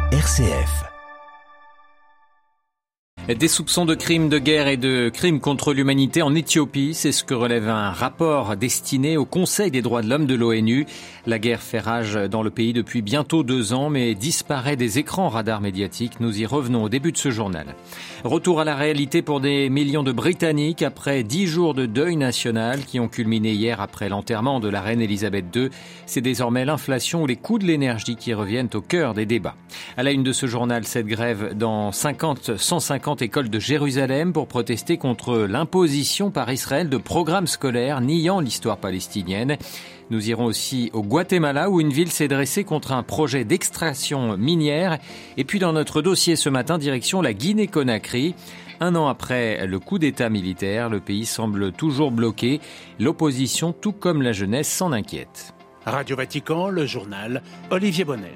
RCF. Des soupçons de crimes de guerre et de crimes contre l'humanité en Éthiopie, c'est ce que relève un rapport destiné au Conseil des droits de l'homme de l'ONU. La guerre fait rage dans le pays depuis bientôt 2 ans, mais disparaît des écrans radars médiatiques. Nous y revenons au début de ce journal. Retour à la réalité pour des millions de Britanniques après 10 jours de deuil national qui ont culminé hier après l'enterrement de la reine Elisabeth II. C'est désormais l'inflation ou les coûts de l'énergie qui reviennent au cœur des débats. À la une de ce journal, cette grève dans 150 écoles de Jérusalem pour protester contre l'imposition par Israël de programmes scolaires niant l'histoire palestinienne. Nous irons aussi au Guatemala où une ville s'est dressée contre un projet d'extraction minière. Et puis dans notre dossier ce matin, direction la Guinée-Conakry. 1 an après le coup d'État militaire, le pays semble toujours bloqué. L'opposition, tout comme la jeunesse, s'en inquiète. Radio Vatican, le journal, Olivier Bonnel.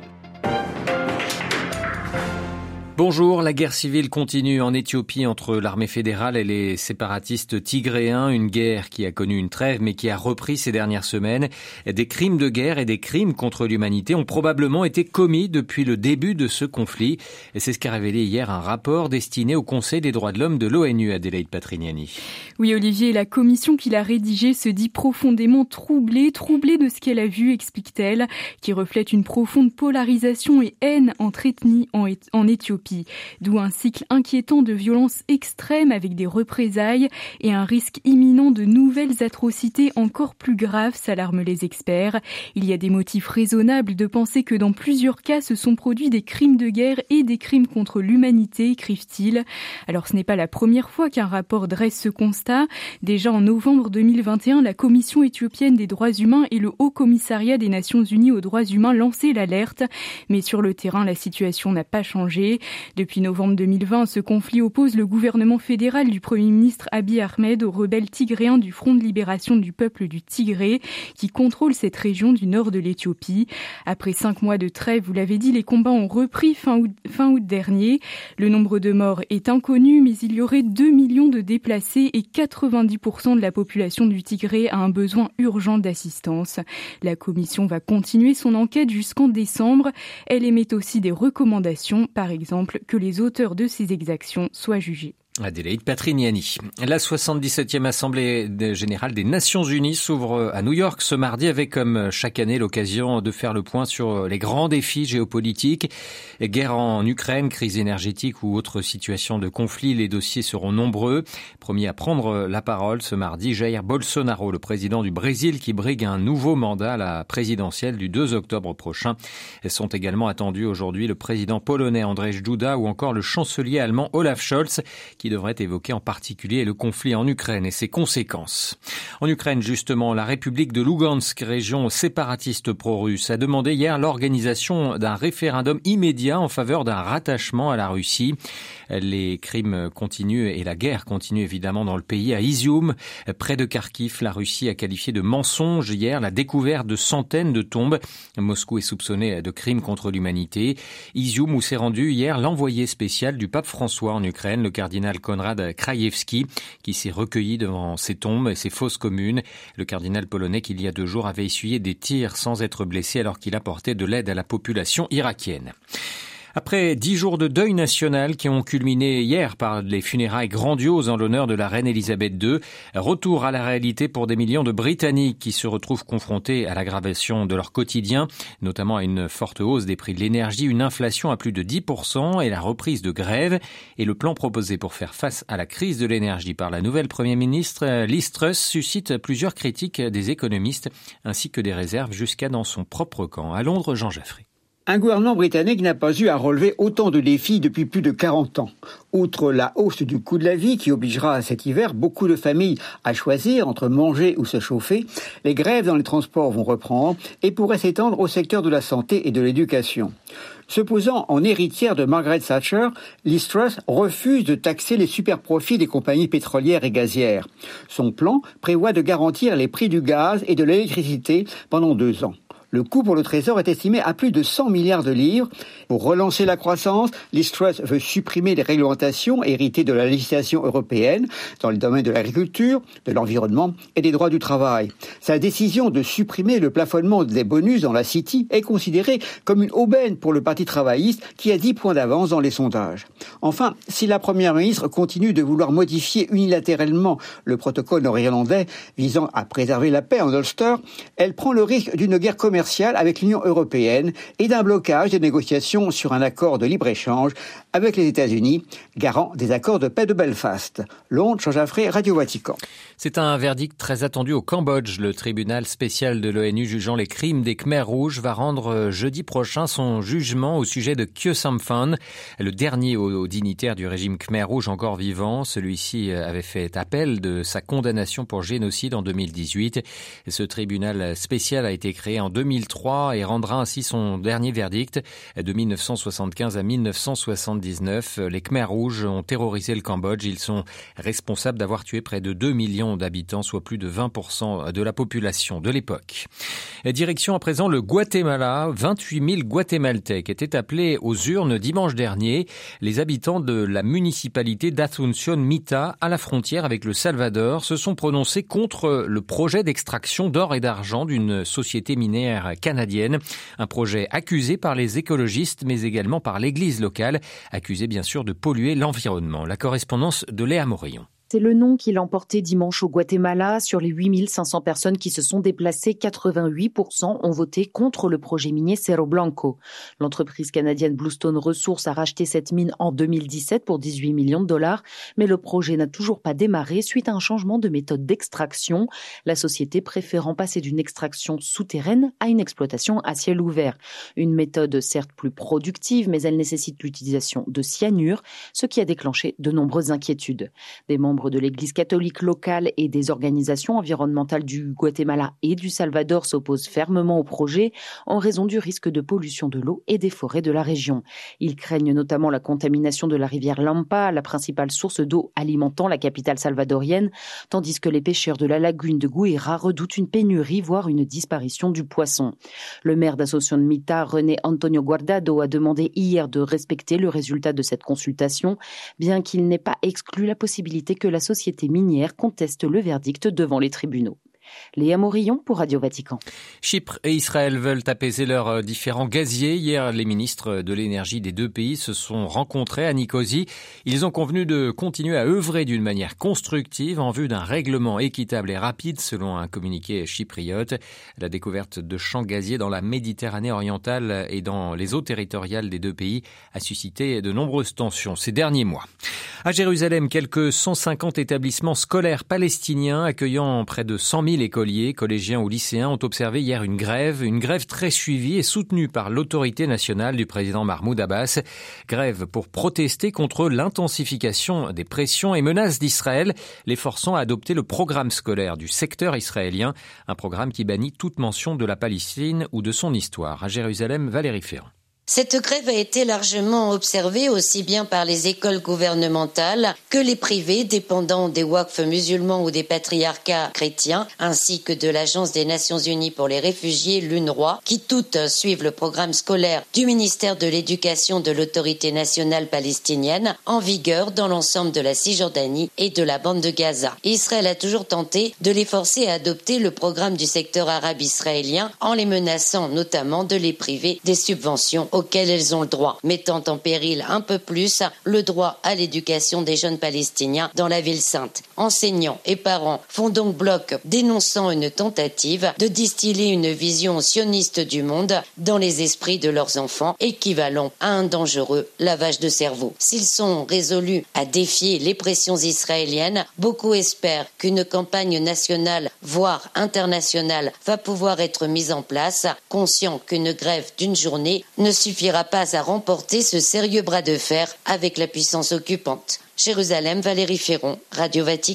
Bonjour, la guerre civile continue en Éthiopie entre l'armée fédérale et les séparatistes tigréens, une guerre qui a connu une trêve mais qui a repris ces dernières semaines. Des crimes de guerre et des crimes contre l'humanité ont probablement été commis depuis le début de ce conflit. Et c'est ce qu'a révélé hier un rapport destiné au Conseil des droits de l'homme de l'ONU, Adélaïde Patrignani. Oui Olivier, la commission qui l'a rédigée se dit profondément troublée de ce qu'elle a vu, explique-t-elle, qui reflète une profonde polarisation et haine entre ethnies en Éthiopie. D'où un cycle inquiétant de violences extrêmes avec des représailles et un risque imminent de nouvelles atrocités encore plus graves, s'alarment les experts. Il y a des motifs raisonnables de penser que dans plusieurs cas se sont produits des crimes de guerre et des crimes contre l'humanité, écrivent-ils. Alors ce n'est pas la première fois qu'un rapport dresse ce constat. Déjà en novembre 2021, la Commission éthiopienne des droits humains et le Haut Commissariat des Nations Unies aux droits humains lançaient l'alerte. Mais sur le terrain, la situation n'a pas changé. Depuis novembre 2020, ce conflit oppose le gouvernement fédéral du Premier ministre Abiy Ahmed aux rebelles tigréens du Front de libération du peuple du Tigré, qui contrôle cette région du nord de l'Éthiopie. Après 5 mois de trêve, vous l'avez dit, les combats ont repris fin août dernier. Le nombre de morts est inconnu, mais il y aurait 2 millions de déplacés et 90% de la population du Tigré a un besoin urgent d'assistance. La commission va continuer son enquête jusqu'en décembre. Elle émet aussi des recommandations, par exemple, que les auteurs de ces exactions soient jugés. Adélaïde Patrignani. La 77e Assemblée générale des Nations Unies s'ouvre à New York ce mardi avec, comme chaque année, l'occasion de faire le point sur les grands défis géopolitiques. Guerre en Ukraine, crise énergétique ou autres situations de conflit, les dossiers seront nombreux. Premier à prendre la parole ce mardi, Jair Bolsonaro, le président du Brésil qui brigue un nouveau mandat à la présidentielle du 2 octobre prochain. Sont également attendus aujourd'hui le président polonais Andrzej Duda ou encore le chancelier allemand Olaf Scholz qui devrait évoquer en particulier le conflit en Ukraine et ses conséquences. En Ukraine, justement, la République de Lugansk, région séparatiste pro-russe, a demandé hier l'organisation d'un référendum immédiat en faveur d'un rattachement à la Russie. Les crimes continuent et la guerre continue évidemment dans le pays. À Izium, près de Kharkiv, la Russie a qualifié de mensonge hier la découverte de centaines de tombes. Moscou est soupçonné de crimes contre l'humanité. Izium où s'est rendu hier l'envoyé spécial du pape François en Ukraine, le cardinal Konrad Krajewski, qui s'est recueilli devant ces tombes et ces fosses communes. Le cardinal polonais qui il y a 2 jours avait essuyé des tirs sans être blessé alors qu'il apportait de l'aide à la population irakienne. Après 10 jours de deuil national qui ont culminé hier par les funérailles grandioses en l'honneur de la reine Elisabeth II, retour à la réalité pour des millions de Britanniques qui se retrouvent confrontés à l'aggravation de leur quotidien, notamment à une forte hausse des prix de l'énergie, une inflation à plus de 10% et la reprise de grève. Et le plan proposé pour faire face à la crise de l'énergie par la nouvelle Premier ministre Liz Truss suscite plusieurs critiques des économistes ainsi que des réserves jusqu'à dans son propre camp. À Londres, Jean Jaffré. Un gouvernement britannique n'a pas eu à relever autant de défis depuis plus de 40 ans. Outre la hausse du coût de la vie qui obligera cet hiver beaucoup de familles à choisir entre manger ou se chauffer, les grèves dans les transports vont reprendre et pourraient s'étendre au secteur de la santé et de l'éducation. Se posant en héritière de Margaret Thatcher, Liz Truss refuse de taxer les superprofits des compagnies pétrolières et gazières. Son plan prévoit de garantir les prix du gaz et de l'électricité pendant 2 ans. Le coût pour le Trésor est estimé à plus de 100 milliards de livres. Pour relancer la croissance, Liz Truss veut supprimer les réglementations héritées de la législation européenne dans les domaines de l'agriculture, de l'environnement et des droits du travail. Sa décision de supprimer le plafonnement des bonus dans la City est considérée comme une aubaine pour le Parti travailliste qui a 10 points d'avance dans les sondages. Enfin, si la Première ministre continue de vouloir modifier unilatéralement le protocole nord-irlandais visant à préserver la paix en Ulster, elle prend le risque d'une guerre commerciale avec l'Union européenne et d'un blocage des négociations sur un accord de libre-échange avec les États-Unis, garant des accords de paix de Belfast. Londres, Jean Jaffré, Radio Vatican. C'est un verdict très attendu au Cambodge. Le tribunal spécial de l'ONU jugeant les crimes des Khmers rouges va rendre jeudi prochain son jugement au sujet de Khieu Samphan, le dernier haut dignitaire du régime Khmer rouge encore vivant. Celui-ci avait fait appel de sa condamnation pour génocide en 2018. Ce tribunal spécial a été créé en 2003 et rendra ainsi son dernier verdict. De 1975 à 1979, les Khmers rouges ont terrorisé le Cambodge. Ils sont responsables d'avoir tué près de 2 millions d'habitants, soit plus de 20% de la population de l'époque. Direction à présent le Guatemala. 28 000 Guatémaltèques étaient appelés aux urnes dimanche dernier. Les habitants de la municipalité d'Asunción Mita, à la frontière avec le Salvador, se sont prononcés contre le projet d'extraction d'or et d'argent d'une société minière canadienne. Un projet accusé par les écologistes, mais également par l'église locale, accusé bien sûr de polluer l'environnement. La correspondance de Léa Morillon. C'est le nom qui l'a emporté dimanche au Guatemala. Sur les 8500 personnes qui se sont déplacées, 88% ont voté contre le projet minier Cerro Blanco. L'entreprise canadienne Bluestone Resources a racheté cette mine en 2017 pour 18 millions de dollars, mais le projet n'a toujours pas démarré suite à un changement de méthode d'extraction, la société préférant passer d'une extraction souterraine à une exploitation à ciel ouvert. Une méthode certes plus productive, mais elle nécessite l'utilisation de cyanure, ce qui a déclenché de nombreuses inquiétudes. Des membres de l'Église catholique locale et des organisations environnementales du Guatemala et du Salvador s'opposent fermement au projet en raison du risque de pollution de l'eau et des forêts de la région. Ils craignent notamment la contamination de la rivière Lampa, la principale source d'eau alimentant la capitale salvadorienne, tandis que les pêcheurs de la lagune de Guaira redoutent une pénurie, voire une disparition du poisson. Le maire d'Asunción Mita, René Antonio Guardado, a demandé hier de respecter le résultat de cette consultation, bien qu'il n'ait pas exclu la possibilité que la société minière conteste le verdict devant les tribunaux. Léa Morillon pour Radio Vatican. Chypre et Israël veulent apaiser leurs différends gaziers. Hier, les ministres de l'énergie des deux pays se sont rencontrés à Nicosie. Ils ont convenu de continuer à œuvrer d'une manière constructive en vue d'un règlement équitable et rapide, selon un communiqué chypriote. La découverte de champs gaziers dans la Méditerranée orientale et dans les eaux territoriales des deux pays a suscité de nombreuses tensions ces derniers mois. À Jérusalem, quelques 150 établissements scolaires palestiniens accueillant près de 100 000 écoliers, collégiens ou lycéens ont observé hier une grève très suivie et soutenue par l'autorité nationale du président Mahmoud Abbas. Grève pour protester contre l'intensification des pressions et menaces d'Israël, les forçant à adopter le programme scolaire du secteur israélien, un programme qui bannit toute mention de la Palestine ou de son histoire. À Jérusalem, Valérie Ferrand. Cette grève a été largement observée aussi bien par les écoles gouvernementales que les privés dépendant des Waqf musulmans ou des patriarcats chrétiens, ainsi que de l'Agence des Nations Unies pour les réfugiés, l'UNRWA, qui toutes suivent le programme scolaire du ministère de l'Éducation de l'Autorité nationale palestinienne en vigueur dans l'ensemble de la Cisjordanie et de la bande de Gaza. Israël a toujours tenté de les forcer à adopter le programme du secteur arabe israélien en les menaçant notamment de les priver des subventions auxquelles elles ont le droit, mettant en péril un peu plus le droit à l'éducation des jeunes Palestiniens dans la ville sainte. Enseignants et parents font donc bloc, dénonçant une tentative de distiller une vision sioniste du monde dans les esprits de leurs enfants, équivalent à un dangereux lavage de cerveau. S'ils sont résolus à défier les pressions israéliennes, beaucoup espèrent qu'une campagne nationale, voire internationale, va pouvoir être mise en place, conscients qu'une grève d'une journée ne suffira pas à remporter ce sérieux bras de fer avec la puissance occupante. Jérusalem, Valérie Ferron, Radio Vatican.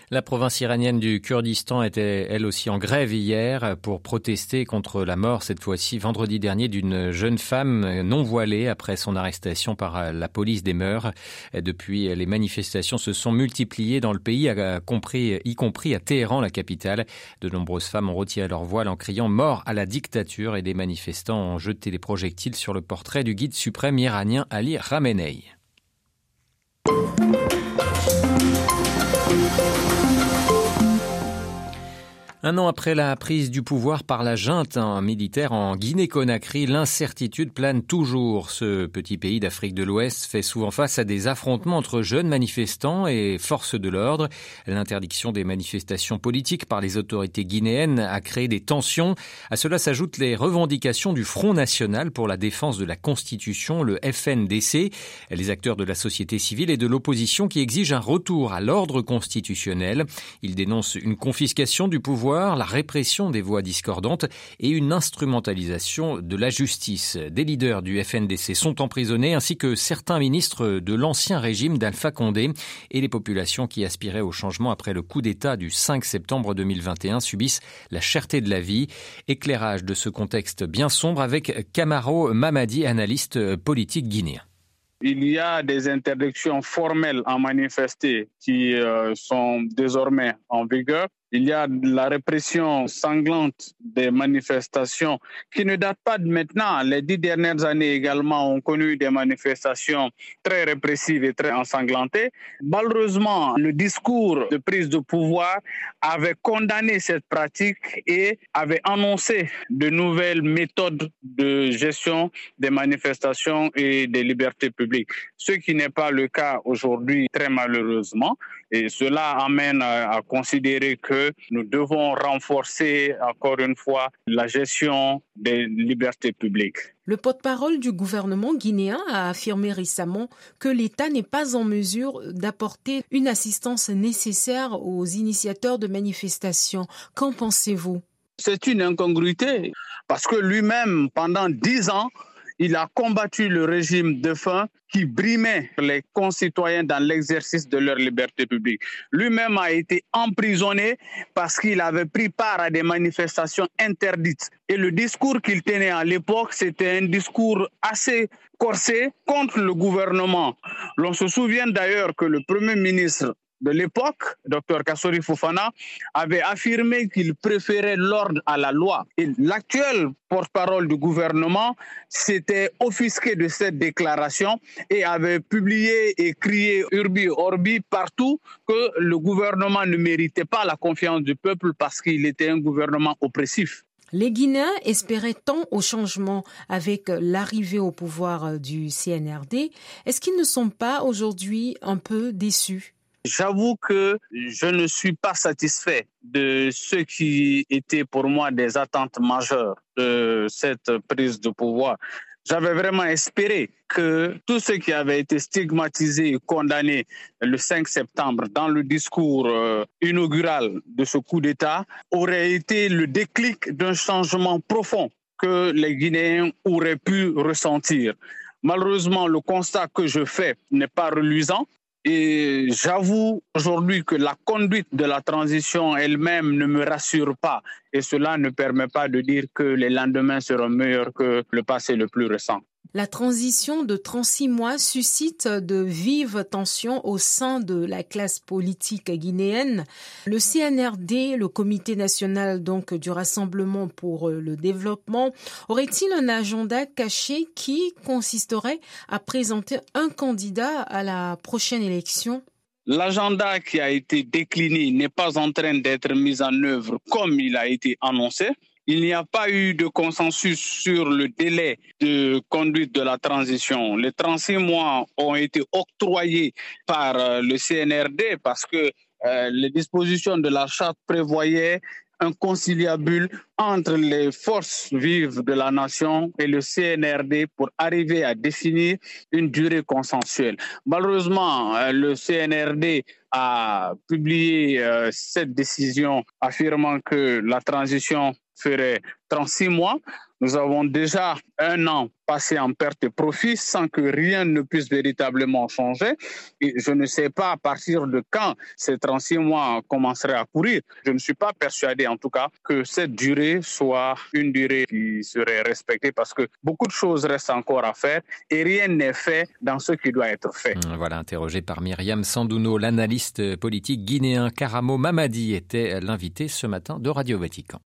La province iranienne du Kurdistan était elle aussi en grève hier pour protester contre la mort, cette fois-ci vendredi dernier, d'une jeune femme non voilée après son arrestation par la police des mœurs. Depuis, les manifestations se sont multipliées dans le pays, y compris à Téhéran, la capitale. De nombreuses femmes ont retiré leur voile en criant « Mort à la dictature » et des manifestants ont jeté des projectiles sur le portrait du guide suprême iranien Ali Khamenei. Un an après la prise du pouvoir par la junte militaire en Guinée-Conakry, l'incertitude plane toujours. Ce petit pays d'Afrique de l'Ouest fait souvent face à des affrontements entre jeunes manifestants et forces de l'ordre. L'interdiction des manifestations politiques par les autorités guinéennes a créé des tensions. À cela s'ajoutent les revendications du Front National pour la défense de la Constitution, le FNDC, les acteurs de la société civile et de l'opposition qui exigent un retour à l'ordre constitutionnel. Ils dénoncent une confiscation du pouvoir, la répression des voix discordantes et une instrumentalisation de la justice. Des leaders du FNDC sont emprisonnés ainsi que certains ministres de l'ancien régime d'Alpha Condé et les populations qui aspiraient au changement après le coup d'État du 5 septembre 2021 subissent la cherté de la vie. Éclairage de ce contexte bien sombre avec Camaro Mamadi, analyste politique guinéen. Il y a des interdictions formelles à manifester qui sont désormais en vigueur. Il y a la répression sanglante des manifestations qui ne datent pas de maintenant. Les 10 dernières années également ont connu des manifestations très répressives et très ensanglantées. Malheureusement, le discours de prise de pouvoir avait condamné cette pratique et avait annoncé de nouvelles méthodes de gestion des manifestations et des libertés publiques. Ce qui n'est pas le cas aujourd'hui, très malheureusement. Et cela amène à considérer que nous devons renforcer encore une fois la gestion des libertés publiques. Le porte-parole du gouvernement guinéen a affirmé récemment que l'État n'est pas en mesure d'apporter une assistance nécessaire aux initiateurs de manifestations. Qu'en pensez-vous ? C'est une incongruité parce que lui-même, pendant 10 ans, il a combattu le régime défunt qui brimait les concitoyens dans l'exercice de leur liberté publique. Lui-même a été emprisonné parce qu'il avait pris part à des manifestations interdites. Et le discours qu'il tenait à l'époque, c'était un discours assez corsé contre le gouvernement. L'on se souvient d'ailleurs que le Premier ministre de l'époque, Dr Kassori Fofana, avait affirmé qu'il préférait l'ordre à la loi. Et l'actuel porte-parole du gouvernement s'était offusqué de cette déclaration et avait publié et crié urbi orbi partout que le gouvernement ne méritait pas la confiance du peuple parce qu'il était un gouvernement oppressif. Les Guinéens espéraient tant au changement avec l'arrivée au pouvoir du CNRD. Est-ce qu'ils ne sont pas aujourd'hui un peu déçus ? J'avoue que je ne suis pas satisfait de ce qui était pour moi des attentes majeures de cette prise de pouvoir. J'avais vraiment espéré que tout ce qui avait été stigmatisé et condamné le 5 septembre dans le discours inaugural de ce coup d'État aurait été le déclic d'un changement profond que les Guinéens auraient pu ressentir. Malheureusement, le constat que je fais n'est pas reluisant. Et j'avoue aujourd'hui que la conduite de la transition elle-même ne me rassure pas. Et cela ne permet pas de dire que les lendemains seront meilleurs que le passé le plus récent. La transition de 36 mois suscite de vives tensions au sein de la classe politique guinéenne. Le CNRD, le Comité national donc du Rassemblement pour le développement, aurait-il un agenda caché qui consisterait à présenter un candidat à la prochaine élection ? L'agenda qui a été décliné n'est pas en train d'être mis en œuvre comme il a été annoncé. Il n'y a pas eu de consensus sur le délai de conduite de la transition. Les 36 mois ont été octroyés par le CNRD parce que les dispositions de la charte prévoyaient un conciliabule entre les forces vives de la nation et le CNRD pour arriver à définir une durée consensuelle. Malheureusement, le CNRD a publié cette décision affirmant que la transition ferait 36 mois. Nous avons déjà 1 an passé en perte de profit sans que rien ne puisse véritablement changer. Et je ne sais pas à partir de quand ces 36 mois commenceraient à courir. Je ne suis pas persuadé en tout cas que cette durée soit une durée qui serait respectée parce que beaucoup de choses restent encore à faire et rien n'est fait dans ce qui doit être fait. Voilà, interrogé par Myriam Sandouno, l'analyste politique guinéen Karamo Mamadi était l'invité ce matin de Radio Vatican.